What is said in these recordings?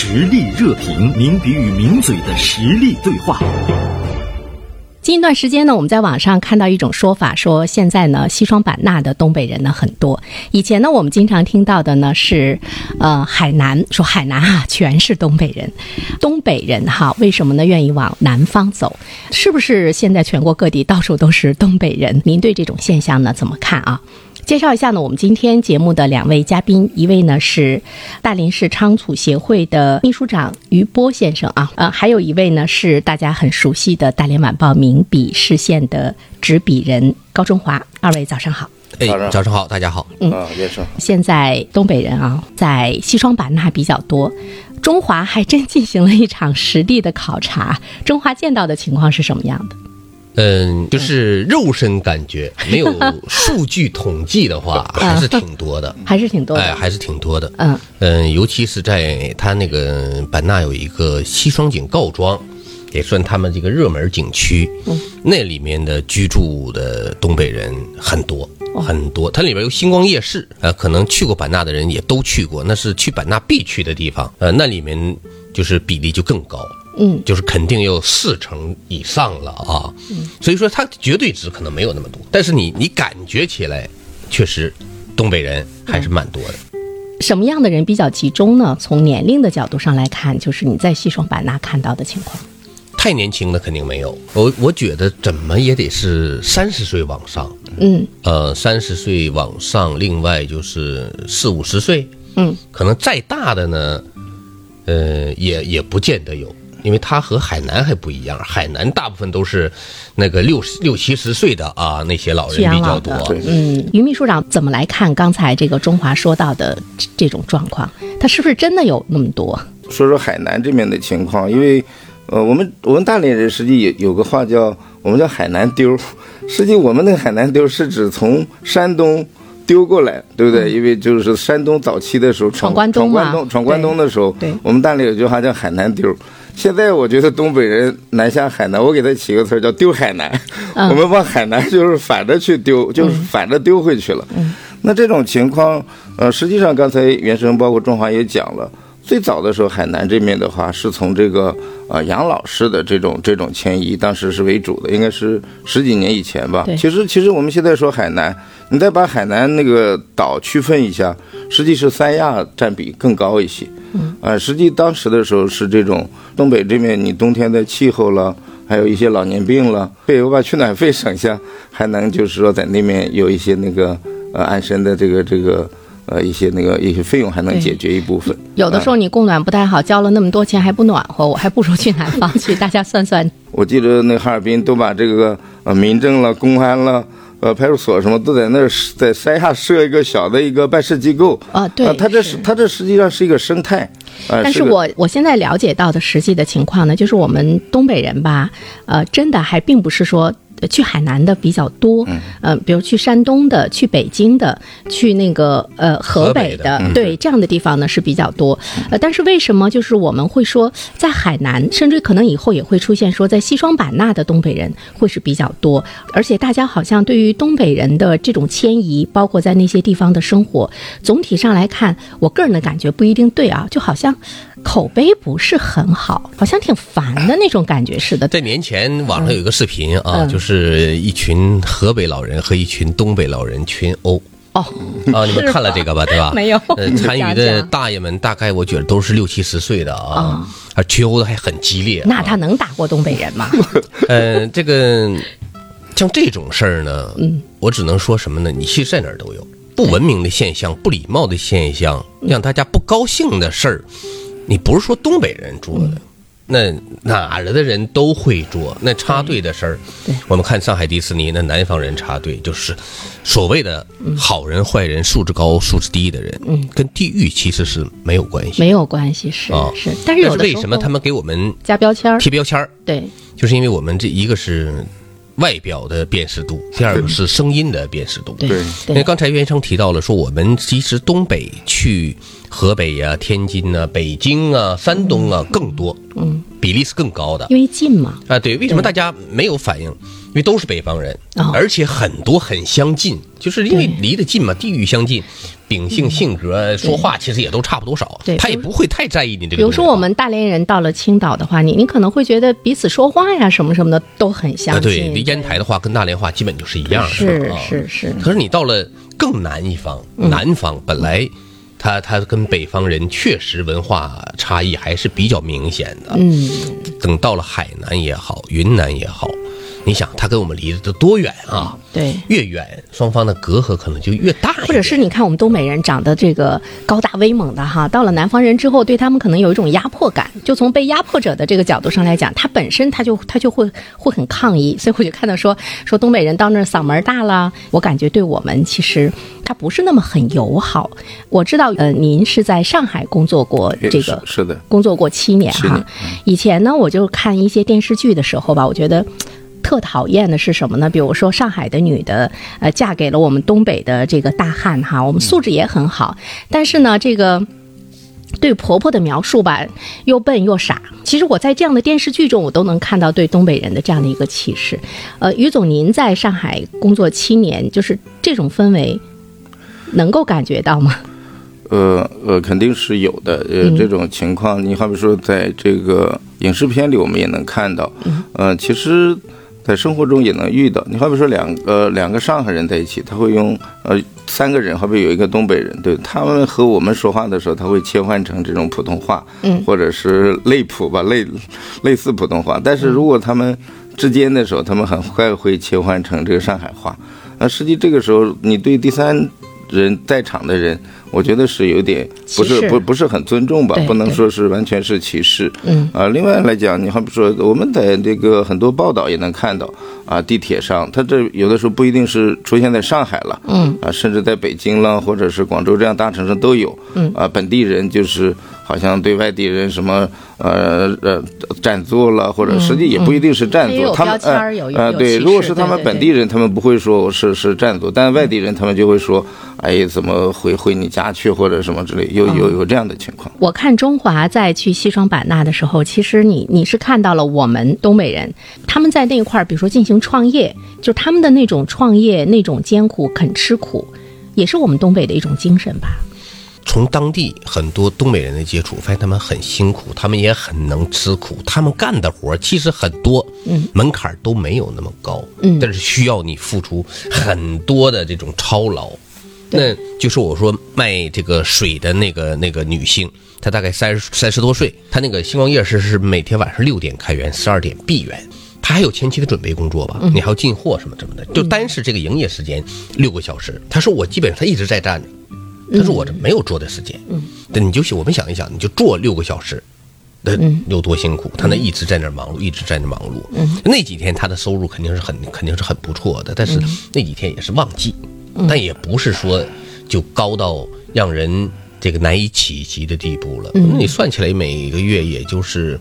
实力热评，名笔与名嘴的实力对话。 近一段时间呢，我们在网上看到一种说法，说现在呢西双版纳的东北人呢很多。以前呢我们经常听到的呢是海南，说海南啊全是东北人。东北人哈为什么呢愿意往南方走？是不是现在全国各地到处都是东北人？您对这种现象呢怎么看啊？介绍一下呢我们今天节目的两位嘉宾，一位呢是大连市仓储协会的秘书长于波先生啊，还有一位呢是大家很熟悉的大连晚报名笔视线的执笔人高中华。二位早上好。 早上好，大家好。 现在东北人啊在西双版纳比较多，中华还真进行了一场实地的考察，中华见到的情况是什么样的？ 就是肉身感觉，没有数据统计的话，还是挺多的， 还是挺多的， 还是挺多的。尤其是在他那个版纳有一个西双景告庄，也算他们这个热门景区，那里面的居住的东北人很多。很多，它里边有星光夜市，可能去过版纳的人也都去过，那是去版纳必去的地方，那里面就是比例就更高，就是肯定有40%以上了啊，所以说它绝对值可能没有那么多，但是你感觉起来，确实东北人还是蛮多的。 什么样的人比较集中呢？从年龄的角度上来看，就是你在西双版纳看到的情况。 太年轻的肯定没有，我觉得怎么也得是30岁往上，30岁往上，另外就是40、50岁，可能再大的呢，也不见得有，因为它和海南还不一样，海南大部分都是那个60、70岁的啊，那些老人比较多。 于秘书长怎么来看刚才这个中华说到的这种状况？它是不是真的有那么多？ 说海南这边的情况，因为我们大连人实际有个话叫我们叫海南丢，实际我们那个海南丢是指从山东丢过来，对不对？因为就是山东早期的时候闯关东的时候，我们大连有句话叫海南丢。现在我觉得东北人南下海南，我给他起个词叫丢海南，我们往海南就是反着去丢，就是反着丢回去了。那这种情况，实际上刚才袁生包括中华也讲了。最早的时候，海南这边的话是从这个养老式的这种迁移，当时是为主的，应该是10几年以前吧。其实我们现在说海南，你再把海南那个岛区分一下，实际是三亚占比更高一些。实际当时的时候是这种东北这边，你冬天的气候了，还有一些老年病了，对，我把取暖费省下，还能就是说在那边有一些那个安身的这个。一些费用还能解决一部分。 有的时候你供暖不太好，交了那么多钱还不暖和，我还不如去南方去。大家算算，我记得那哈尔滨都把这个民政了、公安了、派出所什么都在那儿，在山下设一个小的一个办事机构对， 它这实际上是一个生态。 但是我现在了解到的实际的情况呢，就是我们东北人吧，真的还并不是说。去海南的比较多，比如去山东的、去北京的、去那个河北的，对，这样的地方呢是比较多。但是为什么就是我们会说在海南，甚至可能以后也会出现说在西双版纳的东北人会是比较多，而且大家好像对于东北人的这种迁移，包括在那些地方的生活，总体上来看，我个人的感觉不一定对啊，就好像口碑不是很好，好像挺烦的那种感觉似的。 在年前网上有一个视频啊，就是一群河北老人和一群东北老人群殴。你们看了这个吧，对吧？ 没有。 参与的大爷们大概我觉得都是60、70岁的啊，群殴的还很激烈。 那他能打过东北人吗？ 这个像这种事儿呢，我只能说什么呢？你其实在哪儿都有不文明的现象、不礼貌的现象，让大家不高兴的事儿。你不是说东北人做的，那哪儿的人都会做。那插队的事儿，我们看上海迪士尼，那南方人插队就是所谓的好人坏人，素质高素质低的人，跟地域其实是没有关系， 没有关系，是。但是有的时候为什么他们给我们加标签、 贴标签？ 对， 就是因为我们这一个是外表的辨识度，第二个是声音的辨识度。 对， 因为刚才袁生提到了说，我们其实东北去河北啊、天津啊、北京啊、山东啊更多，比例是更高的， 因为近嘛。 对，为什么大家没有反应？因为都是北方人，而且很多很相近，就是因为离得近嘛，地域相近， 秉性性格说话其实也都差不多少，他也不会太在意你这个。 比如说我们大连人到了青岛的话，你可能会觉得彼此说话呀什么什么的都很相近。 对，烟台的话跟大连话基本就是一样的。 是。 可是你到了更南一方，南方本来它跟北方人确实文化差异还是比较明显的。等到了海南也好，云南也好，你想它跟我们离得多远啊？ 对， 越远双方的隔阂可能就越大。 或者是你看我们东北人长得这个高大威猛的哈，到了南方人之后，对他们可能有一种压迫感。就从被压迫者的这个角度上来讲，他本身他就会很抗议。所以我就看到说东北人到那儿嗓门大了，我感觉对我们其实他不是那么很友好。我知道您是在上海工作过，这个是的， 工作过7年哈。以前呢，我就看一些电视剧的时候吧，我觉得特讨厌的是什么呢？比如说上海的女的嫁给了我们东北的这个大汉哈，我们素质也很好，但是呢这个对婆婆的描述吧又笨又傻。其实我在这样的电视剧中我都能看到对东北人的这样的一个歧视。于总您在上海工作7年，就是这种氛围能够感觉到吗？ 肯定是有的。这种情况你好比说在这个影视片里我们也能看到，其实在生活中也能遇到。你好比说两个上海人在一起，他会用3个人，好比有一个东北人，对，他们和我们说话的时候，他会切换成这种普通话，或者是类普吧，类似普通话。但是如果他们之间的时候，他们很快会切换成这个上海话。实际这个时候，你对第三人在场的人，我觉得是有点不是很尊重吧，不能说是完全是歧视。另外来讲，你好比说我们在这个很多报道也能看到地铁上，它这有的时候不一定是出现在上海了，甚至在北京了或者是广州这样大城市都有。本地人就是好像对外地人什么占座了，或者实际也不一定是占座，他们对，如果是他们本地人，他们不会说是占座，但外地人他们就会说，哎，怎么回你家去或者什么之类，有这样的情况。 我看中华在去西双版纳的时候，其实你是看到了我们东北人他们在那一块比如说进行创业，就他们的那种创业那种艰苦肯吃苦，也是我们东北的一种精神吧。 从当地很多东北人的接触发现他们很辛苦，他们也很能吃苦，他们干的活其实很多，门槛都没有那么高，但是需要你付出很多的这种操劳。那就是我说卖这个水的那个女性，她大概30多岁，她那个星光夜市是每天晚上6点开园，12点闭园，她还有前期的准备工作吧，你还要进货什么的，就单是这个营业时间6个小时。她说我基本上她一直在站着，她说我这没有坐的时间，但我们想一想，你就坐6个小时，那有多辛苦？他那一直在那忙碌，一直在那忙碌。那几天他的收入肯定是很不错的，但是那几天也是旺季，但也不是说就高到让人这个难以企及的地步了。你算起来每个月也就是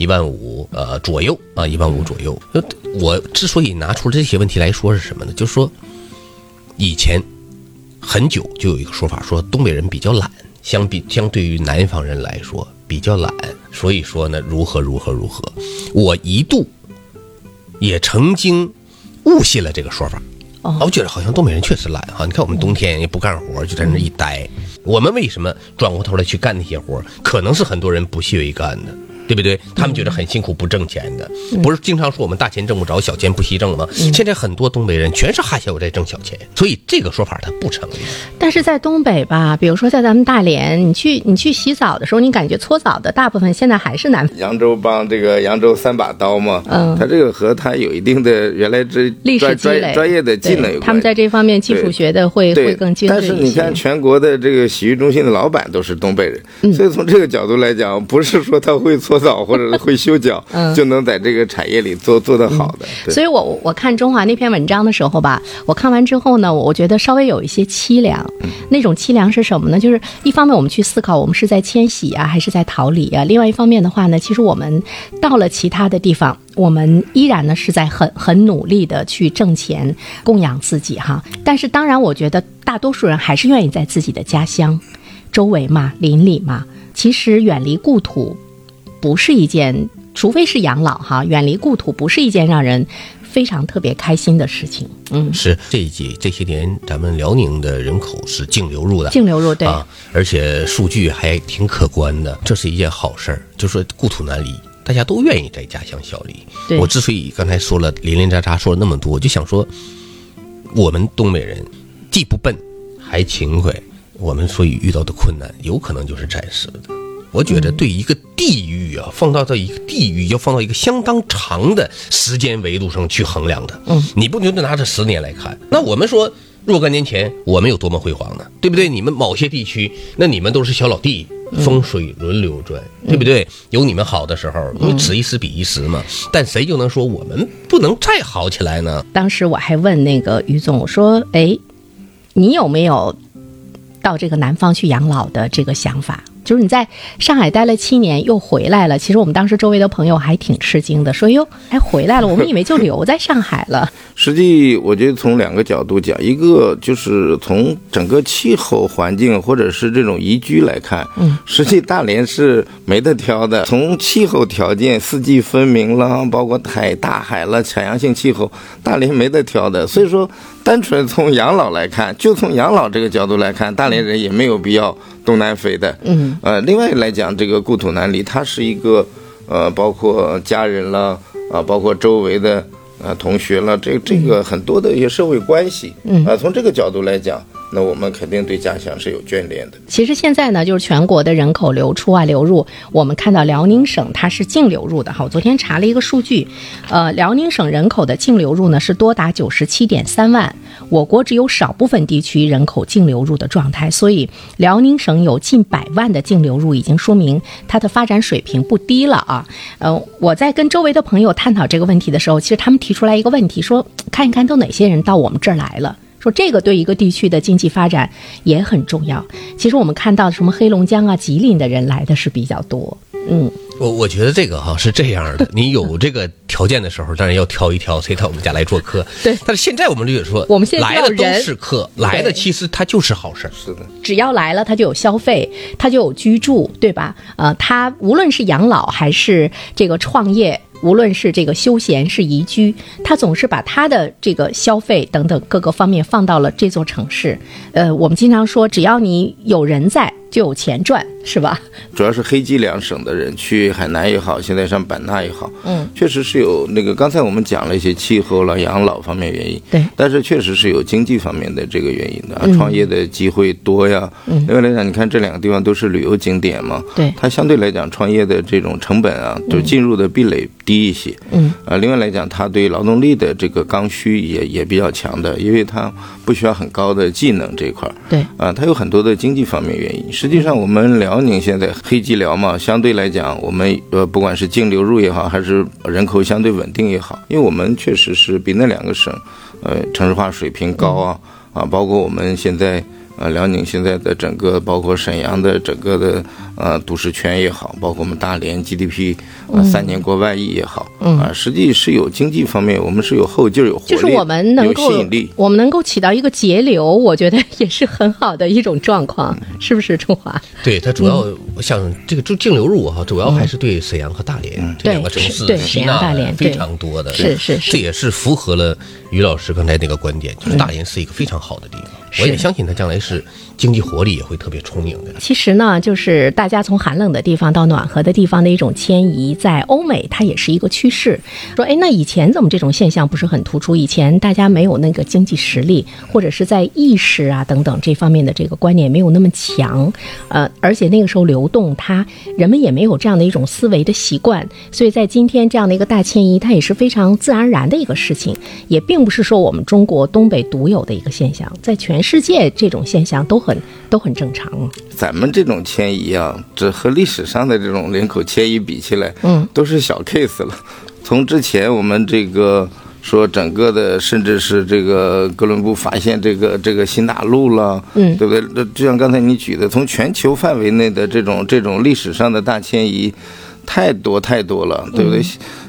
15000左右，15000左右。我之所以拿出这些问题来说是什么呢？就是说以前很久就有一个说法，说东北人比较懒，相对于南方人来说比较懒，所以说呢如何。我一度也曾经误信了这个说法。我觉得好像东北人确实懒哈，你看我们冬天也不干活，就在那一待。我们为什么转过头来去干那些活？可能是很多人不屑于干的，对不对？他们觉得很辛苦，不挣钱的。不是经常说我们大钱挣不着，小钱不惜挣吗？现在很多东北人全是哈小在挣小钱，所以这个说法它不成立。 但是在东北吧，比如说在咱们大连，你去洗澡的时候，你感觉搓澡的大部分现在还是南方。 扬州帮这个扬州3把刀嘛，他这个和他有一定的原来这历史积累、 专业的技能有关。 他们在这方面技术学的会更精致一些。 但是你看全国的这个洗浴中心的老板都是东北人，所以从这个角度来讲，不是说他会搓澡或者会修脚就能在这个产业里做得好的。 所以我看中华那篇文章的时候吧，我看完之后呢，我觉得稍微有一些凄凉。那种凄凉是什么呢？就是一方面我们去思考我们是在迁徙啊还是在逃离啊，另外一方面的话呢，其实我们到了其他的地方，我们依然呢是在很努力的去挣钱供养自己哈。但是当然我觉得大多数人还是愿意在自己的家乡周围嘛，邻里嘛。其实远离故土不是一件，除非是养老哈，远离故土不是一件让人非常特别开心的事情。 是这些年咱们辽宁的人口是净流入的， 净流入对而且数据还挺可观的，这是一件好事儿。就说故土难离，大家都愿意在家乡效力。我之所以刚才说了零零杂杂说了那么多，我就想说，我们东北人既不笨还勤快，我们所以遇到的困难有可能就是暂时的。我觉得对一个地域啊，放到这一个地域，要放到一个相当长的时间维度上去衡量的。你不能就拿着10年来看。那我们说若干年前我们有多么辉煌呢？对不对？你们某些地区，那你们都是小老弟，风水轮流转，对不对？有你们好的时候，因为此一时彼一时嘛。但谁就能说我们不能再好起来呢？ 当时我还问那个于总，我说：“哎，你有没有到这个南方去养老的这个想法？”就是你在上海待了7年又回来了，其实我们当时周围的朋友还挺吃惊的，说哟还回来了，我们以为就留在上海了。 实际我觉得从2个角度讲，一个就是从整个气候环境或者是这种宜居来看，实际大连是没得挑的。从气候条件四季分明了，包括大海了，海洋性气候，大连没得挑的。所以说单纯从养老来看，就从养老这个角度来看，大连人也没有必要东南飞的。另外来讲，这个故土难离，它是一个包括家人了包括周围的同学了，这个很多的一些社会关系从这个角度来讲，那我们肯定对家乡是有眷恋的。 其实现在呢，就是全国的人口流出啊流入，我们看到辽宁省它是净流入的。我昨天查了一个数据，辽宁省人口的净流入呢是多达97.3万，我国只有少部分地区人口净流入的状态，所以辽宁省有近100万的净流入，已经说明它的发展水平不低了啊。我在跟周围的朋友探讨这个问题的时候，其实他们提出来一个问题，说看一看都哪些人到我们这儿来了。说这个对一个地区的经济发展也很重要。其实我们看到什么黑龙江啊、吉林的人来的是比较多。 我觉得这个是这样的，你有这个条件的时候，当然要挑一挑谁到我们家来做客。 对， 但是现在我们就说， 我们现在来的都是客，来的其实它就是好事。 是的， 只要来了，他就有消费，他就有居住，对吧？他无论是养老还是这个创业，无论是这个休闲是宜居，他总是把他的这个消费等等各个方面放到了这座城市。我们经常说，只要你有人在，就有钱赚，是吧？ 主要是黑吉两省的人去海南也好，现在上版纳也好，确实是有那个刚才我们讲了一些气候了、养老方面原因， 对， 但是确实是有经济方面的这个原因的，创业的机会多呀。另外来讲，你看这2个地方都是旅游景点嘛， 对， 它相对来讲创业的这种成本啊，就进入的壁垒低一些。另外来讲，它对劳动力的这个刚需也比较强的，因为它不需要很高的技能这一块。 对， 它有很多的经济方面原因。实际上，我们辽宁现在黑吉辽嘛，相对来讲，我们不管是净流入也好，还是人口相对稳定也好，因为我们确实是比那2个省，城市化水平高包括我们现在。辽宁现在的整个包括沈阳的整个的都市圈也好，包括我们大连 GDP 3年过万亿也好，实际是有经济方面我们是有后劲儿、有活力， 就是我们能够有吸引力， 我们能够起到一个节流，我觉得也是很好的一种状况，是不是中华？ 对，它主要像这个净流入主要还是对沈阳和大连这2个城市对沈阳、大连非常多的， 是， 这也是符合了于老师刚才那个观点，就是大连是一个非常好的地方。我也相信它将来是经济活力也会特别充盈的。 其实呢，就是大家从寒冷的地方到暖和的地方的一种迁移，在欧美它也是一个趋势。说，那以前怎么这种现象不是很突出？以前大家没有那个经济实力，或者是在意识啊等等这方面的这个观念没有那么强，而且那个时候流动，人们也没有这样的一种思维的习惯，所以在今天这样的一个大迁移，它也是非常自然而然的一个事情，也并不是说我们中国东北独有的一个现象，在全世界这种现象都很正常。 咱们这种迁移啊，这和历史上的这种人口迁移比起来，都是小 case 了。从之前我们这个说整个的，甚至是这个哥伦布发现这个新大陆了，对不对？就像刚才你举的，从全球范围内的这种历史上的大迁移，太多了，对不对？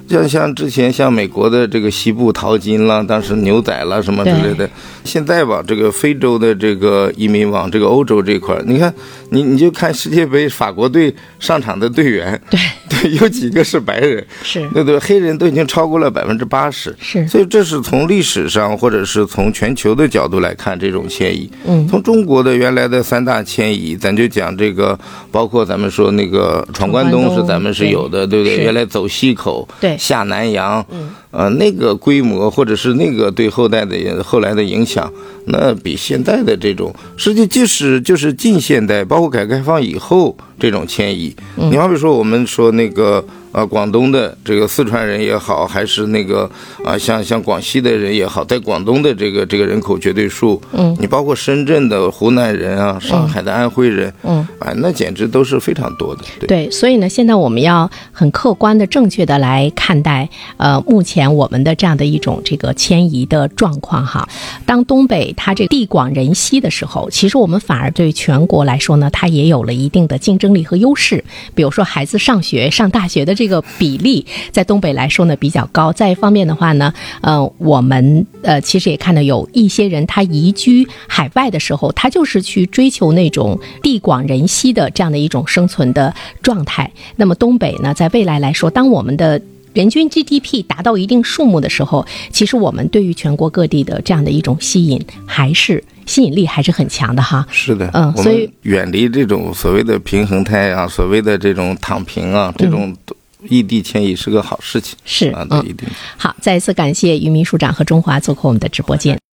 像之前像美国的这个西部淘金啦，当时牛仔啦什么之类的，现在吧，这个非洲的这个移民往这个欧洲这块，你看你就看世界杯法国队上场的队员，对，有几个是白人， 是， 对，黑人都已经超过了80%， 是， 所以这是从历史上或者是从全球的角度来看这种迁移。从中国的原来的3大迁移，咱就讲这个，包括咱们说那个闯关东是咱们是有的，对不对？原来走西口， 对， 下南洋，那个规模或者是那个对后来的影响，那比现在的这种，实际就是近现代，包括改革开放以后这种迁移。你好比说我们说那个广东的这个四川人也好，还是那个像广西的人也好，在广东的这个人口绝对数，你包括深圳的湖南人啊，上海的安徽人，那简直都是非常多的。 对，所以呢，现在我们要很客观的、正确的来看待目前我们的这样的一种这个迁移的状况哈。当东北它这个地广人稀的时候，其实我们反而对全国来说呢，它也有了一定的竞争力和优势。比如说孩子上大学的这个比例，在东北来说呢比较高。再一方面的话呢，我们其实也看到有一些人他移居海外的时候，他就是去追求那种地广人稀的这样的一种生存的状态。那么东北呢，在未来来说，当我们的人均 GDP 达到一定数目的时候，其实我们对于全国各地的这样的一种吸引力还是很强的哈。 是的，所以远离这种所谓的平衡态啊，所谓的这种躺平啊，这种异地迁移是个好事情。 是啊，对，一定。 好，再一次感谢于秘书长和中华做客我们的直播间。